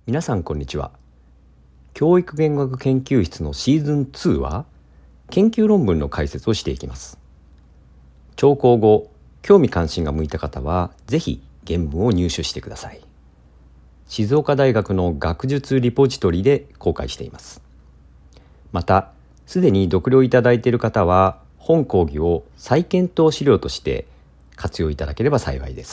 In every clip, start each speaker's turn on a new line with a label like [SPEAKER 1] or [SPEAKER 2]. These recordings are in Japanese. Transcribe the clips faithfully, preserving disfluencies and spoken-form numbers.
[SPEAKER 1] 皆さんこんにちは。教育言語学研究室のシーズンツーは研究論文の解説をしていきます。聴講後、興味関心が向いた方はぜひ原文を入手してください。静岡大学の学術リポジトリで公開しています。また、すでに読了いただいている方は本講義を再検討資料として活用いただければ幸いです。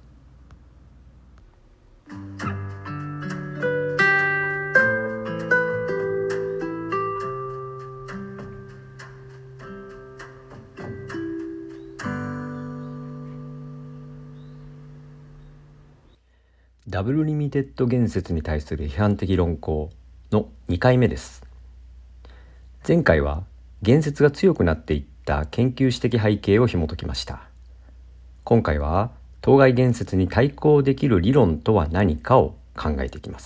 [SPEAKER 1] ダブルリミテッド言説に対する批判的論考のにかいめです。前回は言説が強くなっていった研究史的背景を紐解きました。今回は当該言説に対抗できる理論とは何かを考えていきます。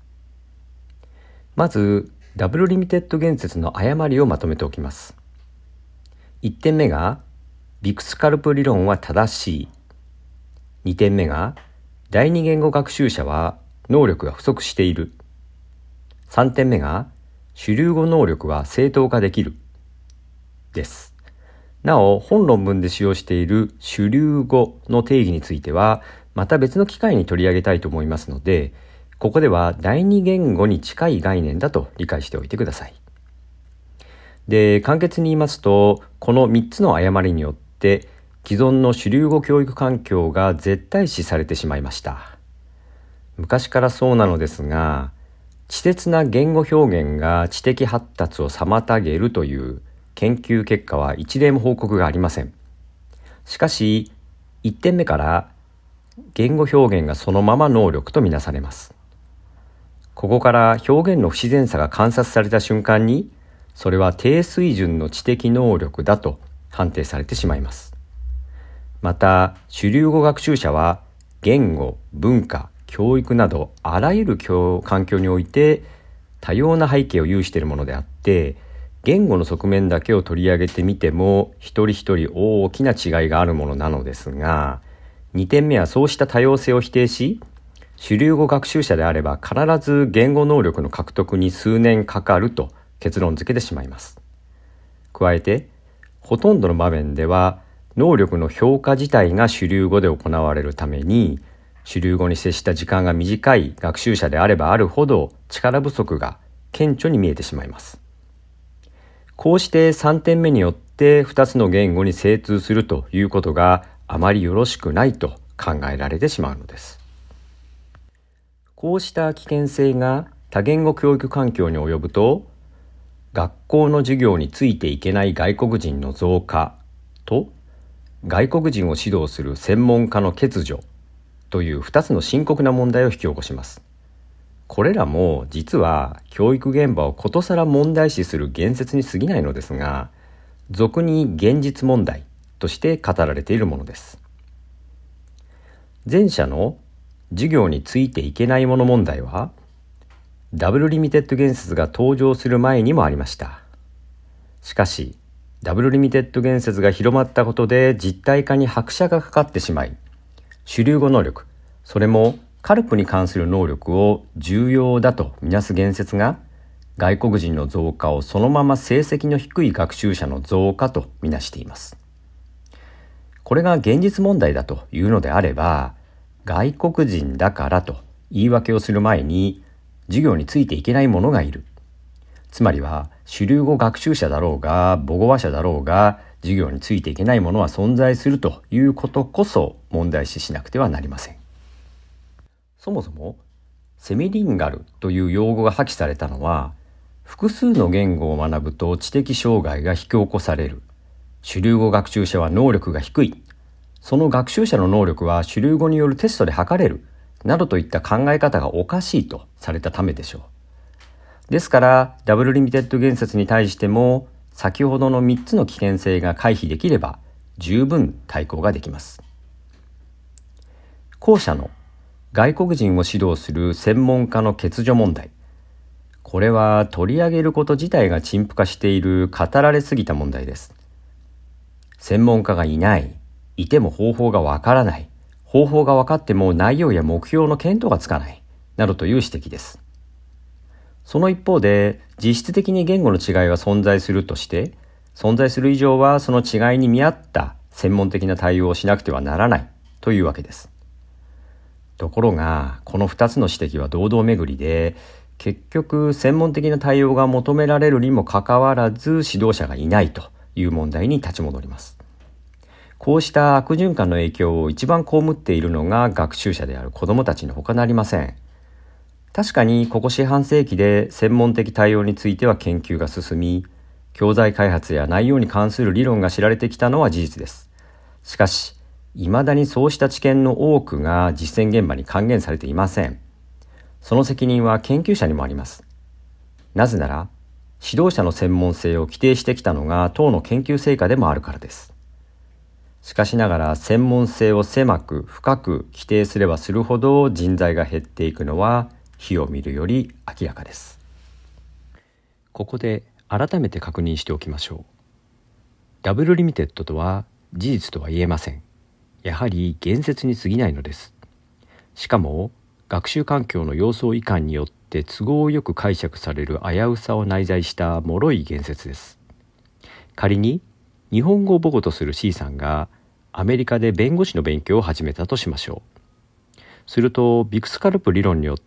[SPEAKER 1] まずダブルリミテッド言説の誤りをまとめておきます。いってんめがビクスカルプ理論は正しい。にてんめが第二言語学習者は能力が不足している。さんてんめが主流語能力は正当化できるです。なお、本論文で使用している主流語の定義についてはまた別の機会に取り上げたいと思いますので、ここでは第二言語に近い概念だと理解しておいてください。で、簡潔に言いますと、このみっつの誤りによって既存の主流語教育環境が絶対視されてしまいました。昔からそうなのですが、稚拙な言語表現が知的発達を妨げるという研究結果は一例も報告がありません。しかし、いってんめから言語表現がそのまま能力とみなされます。ここから表現の不自然さが観察された瞬間に、それは低水準の知的能力だと判定されてしまいます。また、主流語学習者は言語、文化、教育などあらゆる環境において多様な背景を有しているものであって、言語の側面だけを取り上げてみても一人一人大きな違いがあるものなのですが、にてんめはそうした多様性を否定し、主流語学習者であれば必ず言語能力の獲得に数年かかると結論付けてしまいます。加えて、ほとんどの場面では能力の評価自体が主流語で行われるために、主流語に接した時間が短い学習者であればあるほど力不足が顕著に見えてしまいます。こうしてさんてんめによってふたつの言語に精通するということがあまりよろしくないと考えられてしまうのです。こうした危険性が多言語教育環境に及ぶと、学校の授業についていけない外国人の増加と、外国人を指導する専門家の欠如というふたつの深刻な問題を引き起こします。これらも実は教育現場をことさら問題視する言説に過ぎないのですが、俗に現実問題として語られているものです。前者の授業についていけないもの問題は、ダブルリミテッド言説が登場する前にもありました。しかし、ダブルリミテッド言説が広まったことで実体化に拍車がかかってしまい、主流語能力、それもカルプに関する能力を重要だとみなす言説が、外国人の増加をそのまま成績の低い学習者の増加とみなしています。これが現実問題だというのであれば、外国人だからと言い訳をする前に、授業についていけない者がいる。つまりは主流語学習者だろうが母語話者だろうが授業についていけないものは存在するということこそ問題視しなくてはなりません。そもそもセミリンガルという用語が破棄されたのは、複数の言語を学ぶと知的障害が引き起こされる。主流語学習者は能力が低い。その学習者の能力は主流語によるテストで測れる。などといった考え方がおかしいとされたためでしょう。ですからダブルリミテッド言説に対しても先ほどのみっつの危険性が回避できれば十分対抗ができます。後者の外国人を指導する専門家の欠如問題、これは取り上げること自体が陳腐化している語られすぎた問題です。専門家がいない、いても方法がわからない、方法が分かっても内容や目標の見当がつかないなどという指摘です。その一方で、実質的に言語の違いが存在するとして、存在する以上はその違いに見合った専門的な対応をしなくてはならないというわけです。ところが、このふたつの指摘は堂々巡りで、結局専門的な対応が求められるにもかかわらず指導者がいないという問題に立ち戻ります。こうした悪循環の影響を一番被っているのが学習者である子どもたちに他なりません。確かにここ四半世紀で専門的対応については研究が進み、教材開発や内容に関する理論が知られてきたのは事実です。しかし、未だにそうした知見の多くが実践現場に還元されていません。その責任は研究者にもあります。なぜなら、指導者の専門性を規定してきたのが当の研究成果でもあるからです。しかしながら専門性を狭く深く規定すればするほど人材が減っていくのは火を見るより明らかです。ここで改めて確認しておきましょう。ダブルリミテッドとは事実とは言えません。やはり言説に過ぎないのです。しかも学習環境の様相違反によって都合よく解釈される危うさを内在した脆い言説です。仮に日本語を母語とする C さんがアメリカで弁護士の勉強を始めたとしましょう。するとビクスカルプ理論によって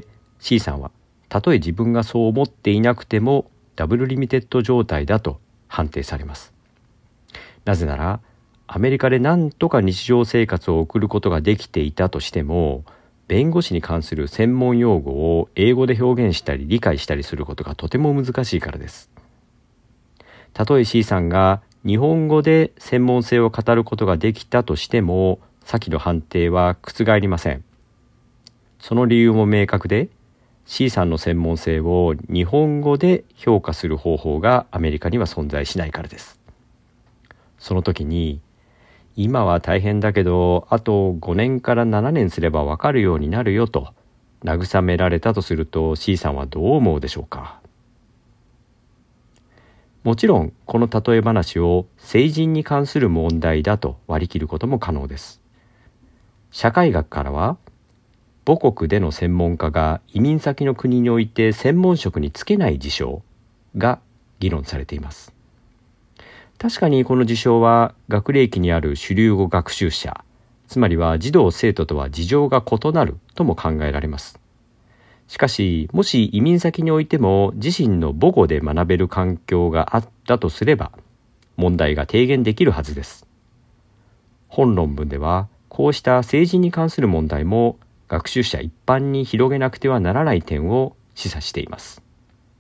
[SPEAKER 1] C さんはたとえ自分がそう思っていなくてもダブルリミテッド状態だと判定されます。なぜならアメリカで何とか日常生活を送ることができていたとしても、弁護士に関する専門用語を英語で表現したり理解したりすることがとても難しいからです。たとえ C さんが日本語で専門性を語ることができたとしても、先の判定は覆りません。その理由も明確で、C さんの専門性を日本語で評価する方法がアメリカには存在しないからです。その時に、今は大変だけど、あとごねんからななねんすればわかるようになるよと慰められたとすると C さんはどう思うでしょうか。もちろんこの例え話を成人に関する問題だと割り切ることも可能です。社会学からは母国での専門家が移民先の国において専門職に就けない事象が議論されています。確かにこの事象は学齢期にある主流語学習者、つまりは児童生徒とは事情が異なるとも考えられます。しかし、もし移民先においても自身の母語で学べる環境があったとすれば、問題が低減できるはずです。本論文では、こうした政治に関する問題も学習者一般に広げなくてはならない点を示唆しています。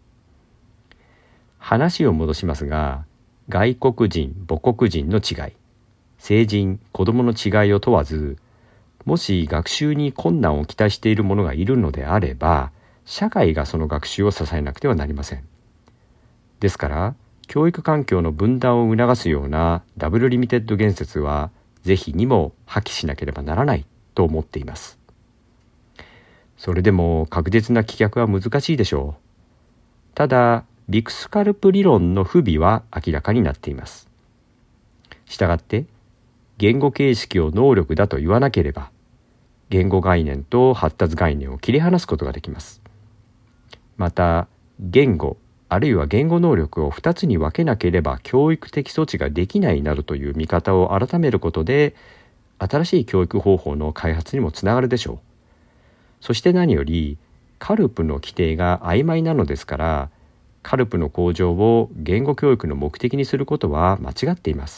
[SPEAKER 1] 話を戻しますが、外国人、母国人の違い、成人、子供の違いを問わず、もし学習に困難をきたしている者がいるのであれば、社会がその学習を支えなくてはなりません。ですから、教育環境の分断を促すようなダブルリミテッド言説は、是非にも破棄しなければならないと思っています。それでも確実な棄却は難しいでしょう。ただ、ビクスカルプ理論の不備は明らかになっています。したがって、言語形式を能力だと言わなければ、言語概念と発達概念を切り離すことができます。また、言語、あるいは言語能力をふたつに分けなければ教育的措置ができないなどという見方を改めることで、新しい教育方法の開発にもつながるでしょう。そして何より、カルプの規定が曖昧なのですから、カルプの向上を言語教育の目的にすることは間違っています。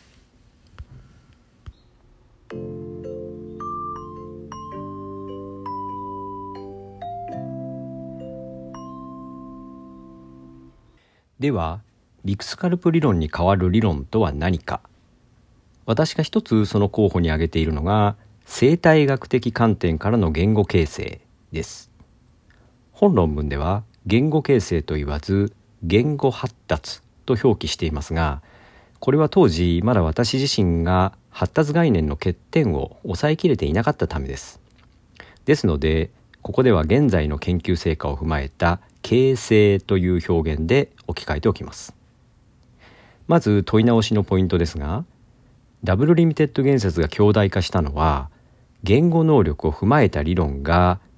[SPEAKER 1] では、ビクスカルプ理論に代わる理論とは何か。私が一つその候補に挙げているのが、生態学的観点からの言語形成です。本論文では、言語形成と言わず言語発達と表記していますが、これは当時まだ私自身が発達概念の欠点を抑えきれていなかったためです。ですので、ここでは現在の研究成果を踏まえた形成という表現で置き換えておきます。まず問い直しのポイントですが、ダブルリミテッド言説が強大化したのは、言語能力を踏まえた理論が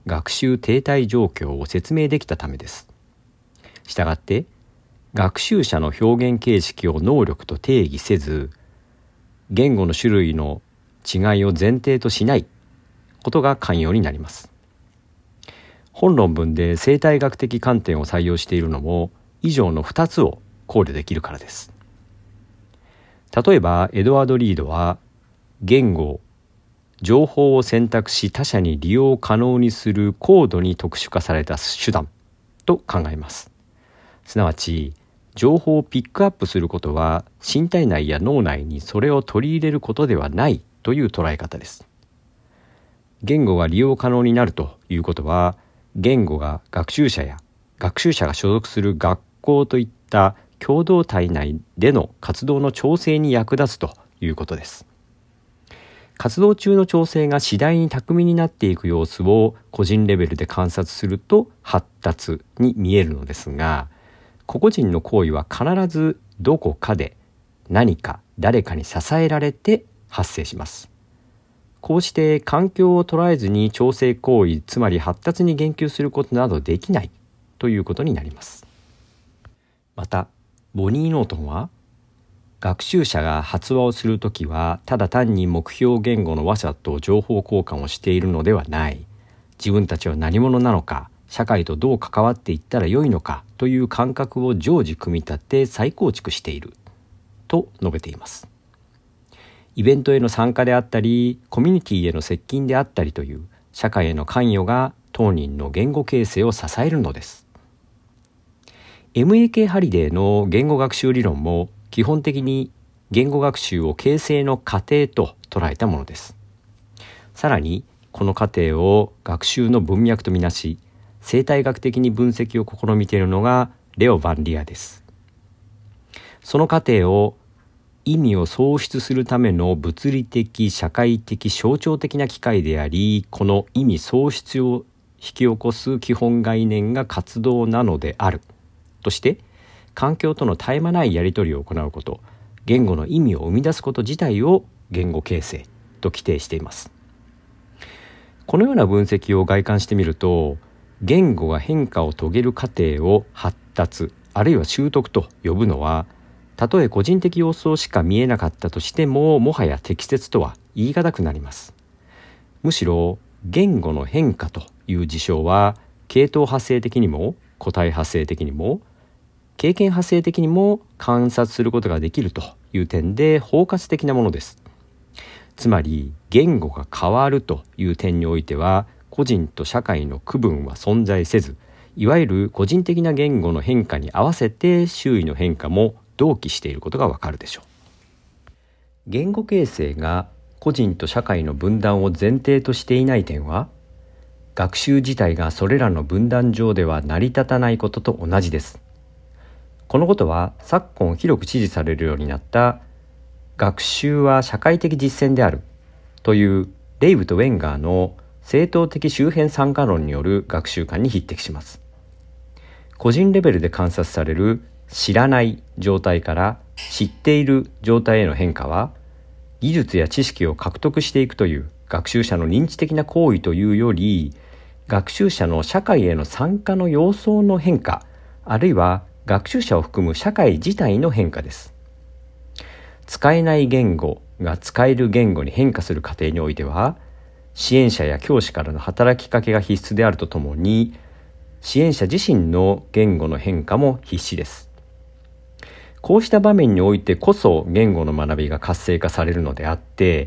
[SPEAKER 1] 学習停滞状況を説明できたためです。したがって学習者の表現形式を能力と定義せず、言語の種類の違いを前提としないことが肝要になります。本論文で生態学的観点を採用しているのも以上のふたつを考慮できるからです。例えばエドワード・リードは言語、情報を選択し他者に利用可能にする高度に特殊化された手段と考えます。すなわち情報をピックアップすることは身体内や脳内にそれを取り入れることではないという捉え方です。言語が利用可能になるということは、言語が学習者や学習者が所属する学校といった共同体内での活動の調整に役立つということです。活動中の調整が次第に巧みになっていく様子を個人レベルで観察すると発達に見えるのですが、個々人の行為は必ずどこかで何か誰かに支えられて発生します。こうして環境を捉えずに調整行為、つまり発達に言及することなどできないということになります。またボニー・ノートンは、学習者が発話をするときはただ単に目標言語の話者と情報交換をしているのではない、自分たちは何者なのか、社会とどう関わっていったらよいのかという感覚を常時組み立て再構築していると述べています。イベントへの参加であったり、コミュニティへの接近であったりという社会への関与が当人の言語形成を支えるのです。エムエーケー ハリデーの言語学習理論も基本的に言語学習を形成の過程と捉えたものです。さらにこの過程を学習の文脈とみなし、生態学的に分析を試みているのがレオ・バンリアです。その過程を意味を創出するための物理的、社会的、象徴的な機会であり、この意味創出を引き起こす基本概念が活動なのであるとして、環境との絶え間ないやり取りを行うこと、言語の意味を生み出すこと自体を言語形成と規定しています。このような分析を外観してみると、言語が変化を遂げる過程を発達あるいは習得と呼ぶのは、たとえ個人的様相しか見えなかったとしてももはや適切とは言い難くなります。むしろ言語の変化という事象は系統派生的にも個体派生的にも経験派生的にも観察することができるという点で包括的なものです。つまり言語が変わるという点においては個人と社会の区分は存在せず、いわゆる個人的な言語の変化に合わせて周囲の変化も同期していることがわかるでしょう。言語形成が個人と社会の分断を前提としていない点は、学習自体がそれらの分断上では成り立たないことと同じです。このことは昨今広く支持されるようになった学習は社会的実践であるというレイブとウェンガーの正当的周辺参加論による学習観に匹敵します。個人レベルで観察される知らない状態から知っている状態への変化は、技術や知識を獲得していくという学習者の認知的な行為というより、学習者の社会への参加の様相の変化、あるいは学習者を含む社会自体の変化です。使えない言語が使える言語に変化する過程においては、支援者や教師からの働きかけが必須であるとともに、支援者自身の言語の変化も必至です。こうした場面においてこそ言語の学びが活性化されるのであって、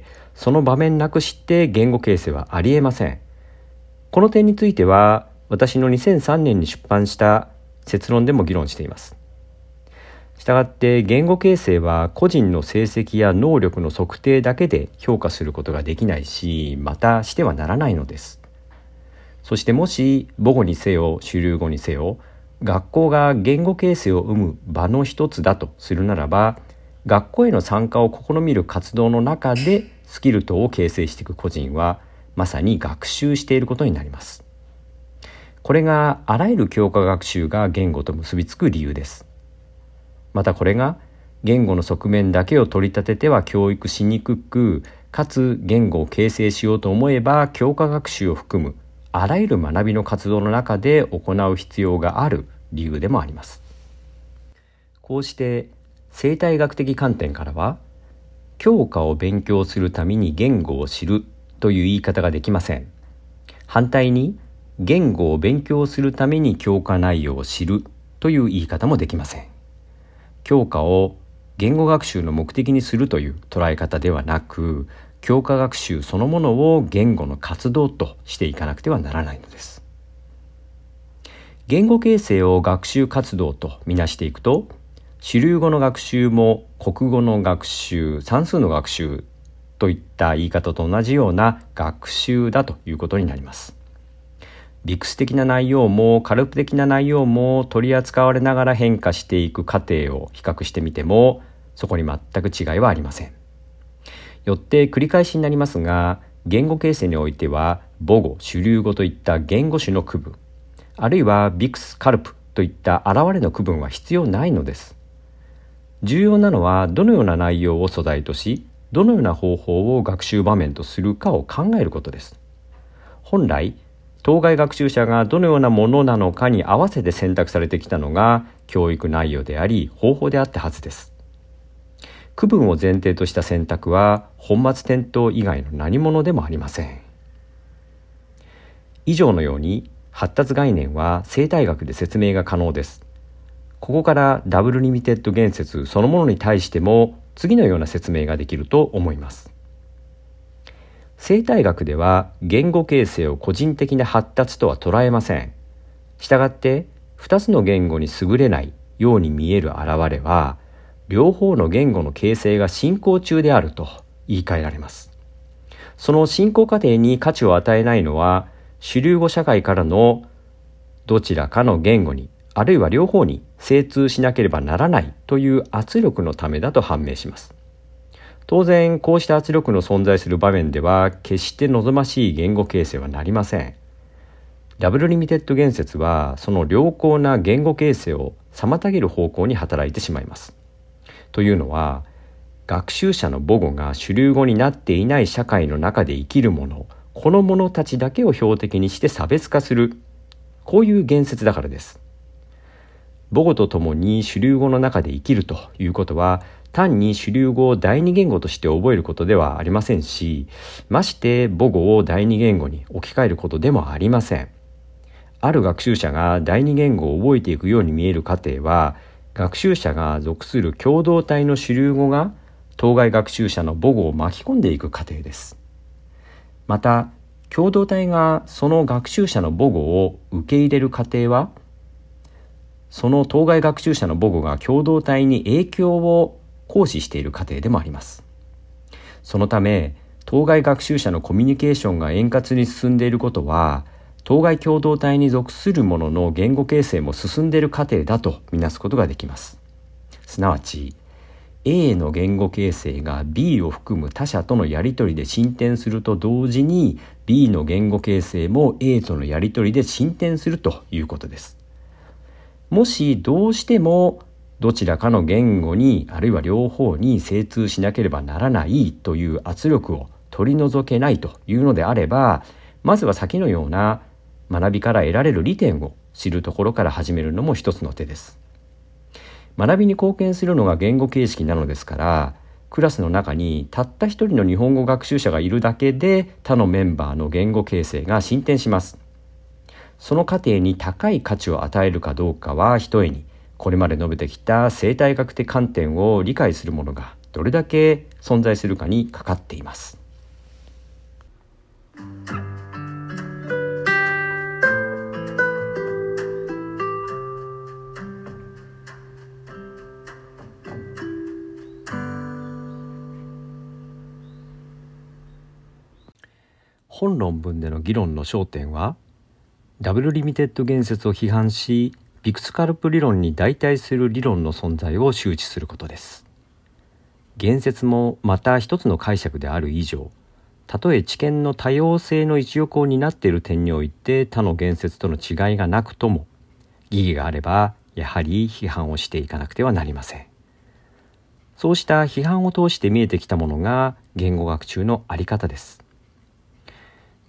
[SPEAKER 1] その場面なくして言語形成はありえません。この点については、私のにせんさんねんに出版した設論でも議論しています。したがって言語形成は個人の成績や能力の測定だけで評価することができないし、またしてはならないのです。そしてもし母語にせよ主流語にせよ、学校が言語形成を生む場の一つだとするならば、学校への参加を試みる活動の中でスキル等を形成していく個人はまさに学習していることになります。これがあらゆる教科学習が言語と結びつく理由です。またこれが言語の側面だけを取り立てては教育しにくく、かつ言語を形成しようと思えば教科学習を含むあらゆる学びの活動の中で行う必要がある理由でもあります。こうして生態学的観点からは、教科を勉強するために言語を知るという言い方ができません。反対に、言語を勉強するために教科内容を知るという言い方もできません。教科を言語学習の目的にするという捉え方ではなく、教科学習そのものを言語の活動としていかなくてはならないのです。言語形成を学習活動とみなしていくと、主流語の学習も国語の学習、算数の学習といった言い方と同じような学習だということになります。理屈的な内容もカルプ的な内容も取り扱われながら変化していく過程を比較してみても、そこに全く違いはありません。よって繰り返しになりますが、言語形成においては母語、主流語といった言語種の区分、あるいはビクス、カルプといった現れの区分は必要ないのです。重要なのは、どのような内容を素材とし、どのような方法を学習場面とするかを考えることです。本来、当該学習者がどのようなものなのかに合わせて選択されてきたのが教育内容であり、方法であったはずです。区分を前提とした選択は本末転倒以外の何者でもありません。以上のように発達概念は生態学で説明が可能です。ここからダブルリミテッド言説そのものに対しても次のような説明ができると思います。生態学では言語形成を個人的な発達とは捉えません。したがって二つの言語に優れないように見える現れは、両方の言語の形成が進行中であると言い換えられます。その進行過程に価値を与えないのは、主流語社会からのどちらかの言語に、あるいは両方に精通しなければならないという圧力のためだと判明します。当然、こうした圧力の存在する場面では決して望ましい言語形成はなりません。ダブルリミテッド言説はその良好な言語形成を妨げる方向に働いてしまいます。というのは、学習者の母語が主流語になっていない社会の中で生きる者、この者たちだけを標的にして差別化する、こういう言説だからです。母語とともに主流語の中で生きるということは、単に主流語を第二言語として覚えることではありませんし、まして母語を第二言語に置き換えることでもありません。ある学習者が第二言語を覚えていくように見える過程は、学習者が属する共同体の主流語が当該学習者の母語を巻き込んでいく過程です。また、共同体がその学習者の母語を受け入れる過程は、その当該学習者の母語が共同体に影響を行使している過程でもあります。そのため、当該学習者のコミュニケーションが円滑に進んでいることは、当該共同体に属する者の言語形成も進んでいる過程だとみなすことができます。すなわち、A の言語形成が B を含む他者とのやり取りで進展すると同時に、B の言語形成も A とのやり取りで進展するということです。もしどうしてもどちらかの言語に、あるいは両方に精通しなければならないという圧力を取り除けないというのであれば、まずは先のような学びから得られる利点を知るところから始めるのも一つの手です。学びに貢献するのが言語形式なのですから、クラスの中にたった一人の日本語学習者がいるだけで他のメンバーの言語形成が進展します。その過程に高い価値を与えるかどうかはひとえに、これまで述べてきた生態学的観点を理解する者がどれだけ存在するかにかかっています。本論文での議論の焦点は、ダブルリミテッド言説を批判し、ビクスカルプ理論に代替する理論の存在を周知することです。言説もまた一つの解釈である以上、たとえ知見の多様性の一翼を担っている点において他の言説との違いがなくとも、疑義があればやはり批判をしていかなくてはなりません。そうした批判を通して見えてきたものが言語学習のあり方です。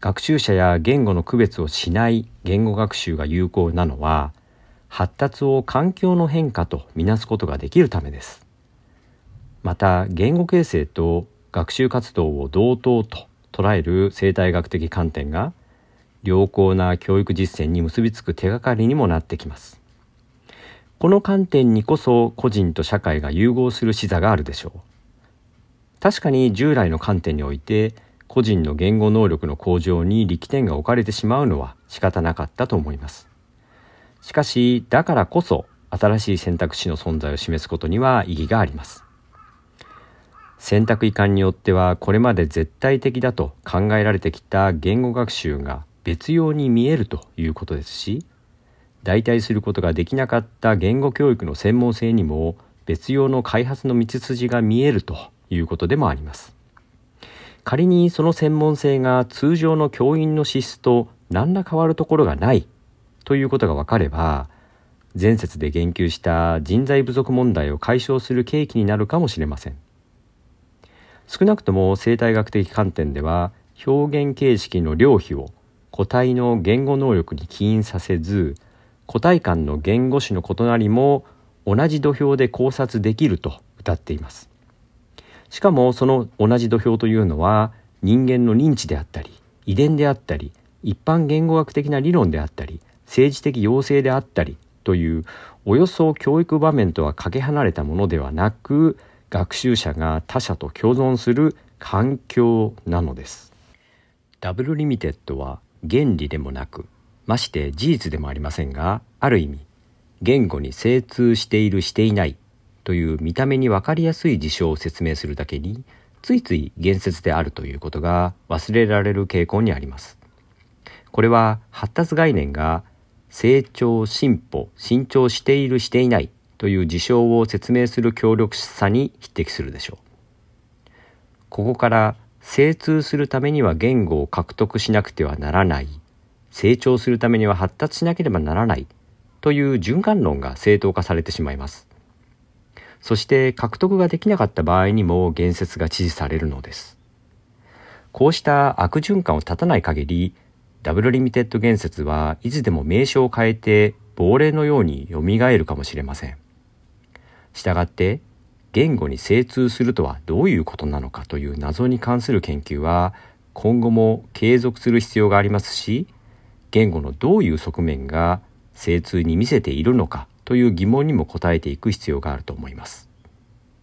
[SPEAKER 1] 学習者や言語の区別をしない言語学習が有効なのは、発達を環境の変化とみなすことができるためです。また、言語形成と学習活動を同等と捉える生態学的観点が、良好な教育実践に結びつく手がかりにもなってきます。この観点にこそ個人と社会が融合する視座があるでしょう。確かに従来の観点において、個人の言語能力の向上に力点が置かれてしまうのは仕方なかったと思います。しかし、だからこそ新しい選択肢の存在を示すことには意義があります。選択移管によっては、これまで絶対的だと考えられてきた言語学習が別様に見えるということですし、代替することができなかった言語教育の専門性にも別様の開発の道筋が見えるということでもあります。仮にその専門性が通常の教員の資質と何ら変わるところがないということが分かれば、前節で言及した人材不足問題を解消する契機になるかもしれません。少なくとも生態学的観点では、表現形式の両比を個体の言語能力に起因させず、個体間の言語種の異なりも同じ土俵で考察できると謳っています。しかもその同じ土俵というのは、人間の認知であったり、遺伝であったり、一般言語学的な理論であったり、政治的要請であったりという、およそ教育場面とはかけ離れたものではなく、学習者が他者と共存する環境なのです。ダブルリミテッドは原理でもなく、まして事実でもありませんが、ある意味、言語に精通しているしていないという見た目に分かりやすい事象を説明するだけに、ついつい言説であるということが忘れられる傾向にあります。これは発達概念が成長、進歩、伸長しているしていないという事象を説明する強力さに匹敵するでしょう。ここから精通するためには言語を獲得しなくてはならない、成長するためには発達しなければならないという循環論が正当化されてしまいます。そして獲得ができなかった場合にも言説が支持されるのです。こうした悪循環を断たない限り、ダブルリミテッド言説はいつでも名称を変えて亡霊のように蘇るかもしれません。したがって、言語に精通するとはどういうことなのかという謎に関する研究は今後も継続する必要がありますし、言語のどういう側面が精通に見せているのかという疑問にも答えていく必要があると思います。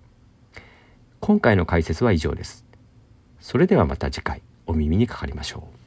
[SPEAKER 1] 今回の解説は以上です。それではまた次回お耳にかかりましょう。